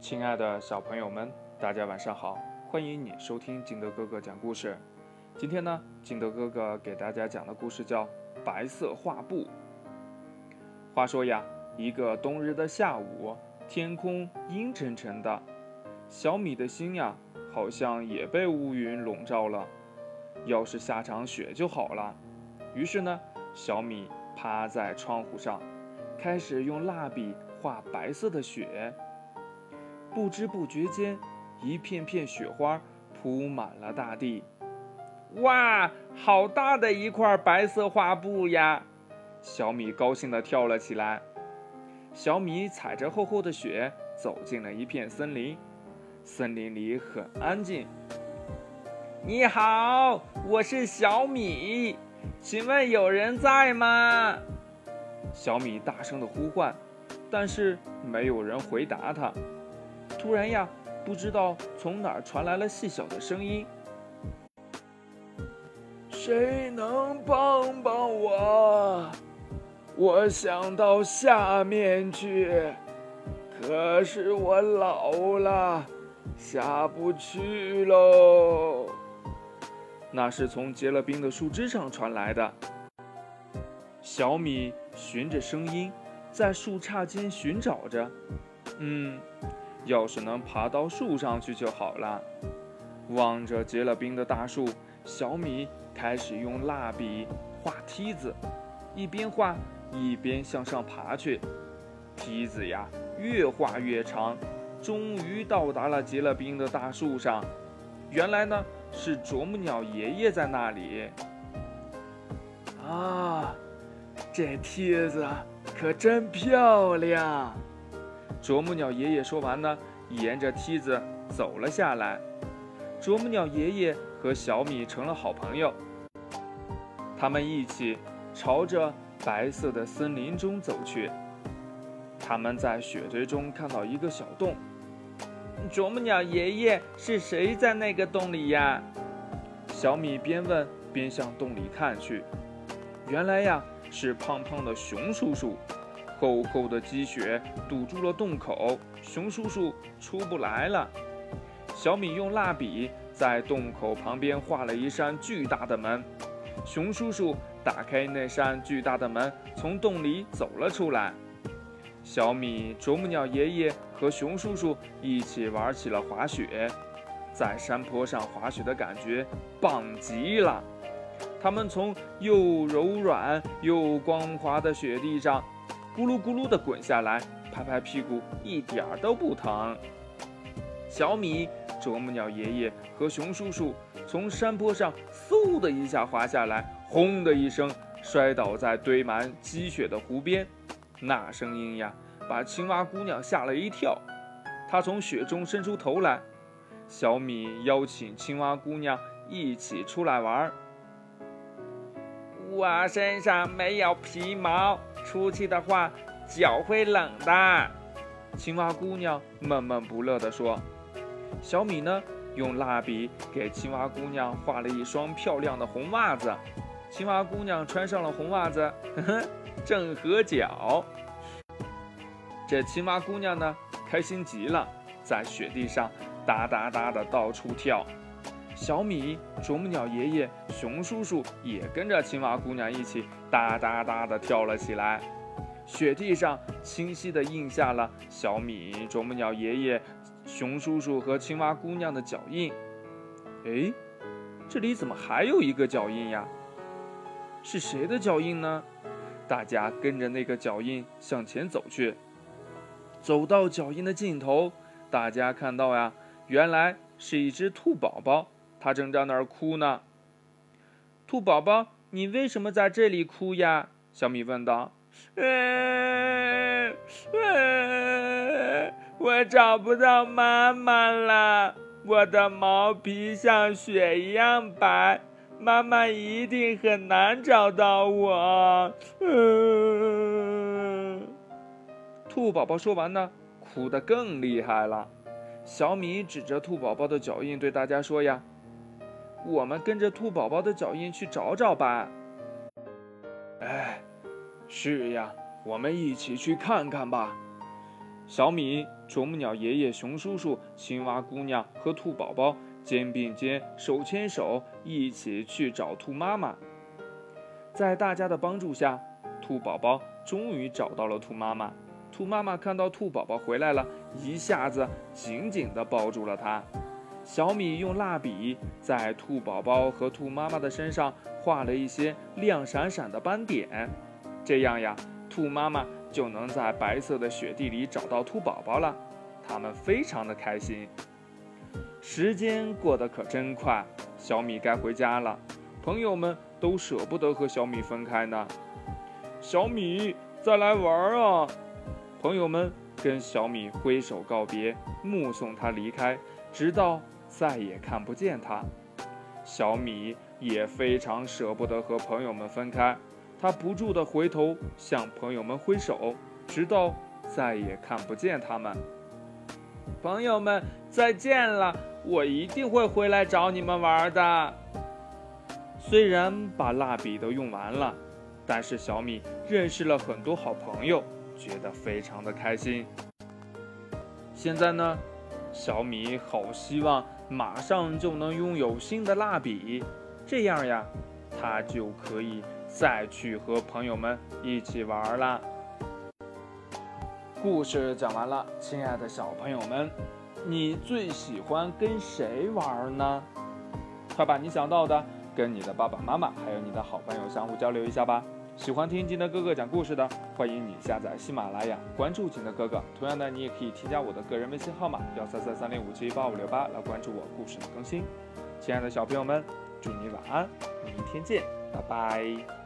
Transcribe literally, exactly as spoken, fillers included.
亲爱的小朋友们，大家晚上好！欢迎你收听金德哥哥讲故事。今天呢，金德哥哥给大家讲的故事叫《白色画布》。话说呀，一个冬日的下午，天空阴沉沉的，小米的心呀，好像也被乌云笼罩了。要是下场雪就好了。于是呢，小米趴在窗户上，开始用蜡笔画白色的雪。不知不觉间，一片片雪花铺满了大地。哇，好大的一块白色画布呀！小米高兴地跳了起来。小米踩着厚厚的雪走进了一片森林，森林里很安静。你好，我是小米，请问有人在吗？小米大声地呼唤，但是没有人回答他。突然呀，不知道从哪儿传来了细小的声音。谁能帮帮我？我想到下面去，可是我老了，下不去喽。那是从结了冰的树枝上传来的。小米循着声音，在树杈间寻找着。嗯。要是能爬到树上去就好了。望着结了冰的大树，小米开始用蜡笔画梯子，一边画一边向上爬去。梯子呀，越画越长，终于到达了结了冰的大树上。原来呢，是啄木鸟爷爷在那里。啊，这梯子可真漂亮！啄木鸟爷爷说完呢，沿着梯子走了下来。啄木鸟爷爷和小米成了好朋友，他们一起朝着白色的森林中走去。他们在雪堆中看到一个小洞。啄木鸟爷爷，是谁在那个洞里呀？小米边问边向洞里看去。原来呀，是胖胖的熊叔叔。厚厚的积雪堵住了洞口，熊叔叔出不来了。小米用蜡笔在洞口旁边画了一扇巨大的门，熊叔叔打开那扇巨大的门，从洞里走了出来。小米、啄木鸟爷爷和熊叔叔一起玩起了滑雪，在山坡上滑雪的感觉棒极了。他们从又柔软又光滑的雪地上咕噜咕噜地滚下来，拍拍屁股一点儿都不疼。小米、啄木鸟爷爷和熊叔叔从山坡上嗖的一下滑下来，轰的一声摔倒在堆满积雪的湖边。那声音呀，把青蛙姑娘吓了一跳。她从雪中伸出头来。小米邀请青蛙姑娘一起出来玩。我身上没有皮毛，出去的话脚会冷的。青蛙姑娘闷闷不乐地说。小米呢，用蜡笔给青蛙姑娘画了一双漂亮的红袜子。青蛙姑娘穿上了红袜子，呵呵，正合脚。这青蛙姑娘呢，开心极了，在雪地上哒哒哒的到处跳。小米、啄木鸟爷爷、熊叔叔也跟着青蛙姑娘一起哒哒哒地跳了起来。雪地上清晰地印下了小米、啄木鸟爷爷、熊叔叔和青蛙姑娘的脚印。哎，这里怎么还有一个脚印呀？是谁的脚印呢？大家跟着那个脚印向前走去。走到脚印的尽头，大家看到呀，原来是一只兔宝宝。他正在那儿哭呢。兔宝宝，你为什么在这里哭呀？小米问道。嗯嗯，我找不到妈妈了，我的毛皮像雪一样白，妈妈一定很难找到我。嗯。兔宝宝说完呢，哭得更厉害了。小米指着兔宝宝的脚印对大家说呀，我们跟着兔宝宝的脚印去找找吧。哎，是呀，我们一起去看看吧。 小米、啄木鸟爷爷、熊叔叔、青蛙姑娘和兔宝宝肩并肩、手牵手，一起去找兔妈妈。在大家的帮助下，兔宝宝终于找到了兔妈妈。兔妈妈看到兔宝宝回来了，一下子紧紧地抱住了它。小米用蜡笔在兔宝宝和兔妈妈的身上画了一些亮闪闪的斑点，这样呀，兔妈妈就能在白色的雪地里找到兔宝宝了。他们非常的开心。时间过得可真快，小米该回家了，朋友们都舍不得和小米分开呢。小米，再来玩啊！朋友们跟小米挥手告别，目送他离开，直到再也看不见他。小米也非常舍不得和朋友们分开，他不住地回头向朋友们挥手，直到再也看不见他们。朋友们，再见了，我一定会回来找你们玩的。虽然把蜡笔都用完了，但是小米认识了很多好朋友，觉得非常的开心。现在呢，小米好希望马上就能拥有新的蜡笔，这样呀，他就可以再去和朋友们一起玩了。故事讲完了，亲爱的小朋友们，你最喜欢跟谁玩呢？快把你想到的跟你的爸爸妈妈还有你的好朋友相互交流一下吧。喜欢听金德哥哥讲故事的，欢迎你下载喜马拉雅，关注金德哥哥。同样的，你也可以添加我的个人微信号码幺三三三零五七八五六八来关注我故事的更新。亲爱的小朋友们，祝你晚安，明天见，拜拜。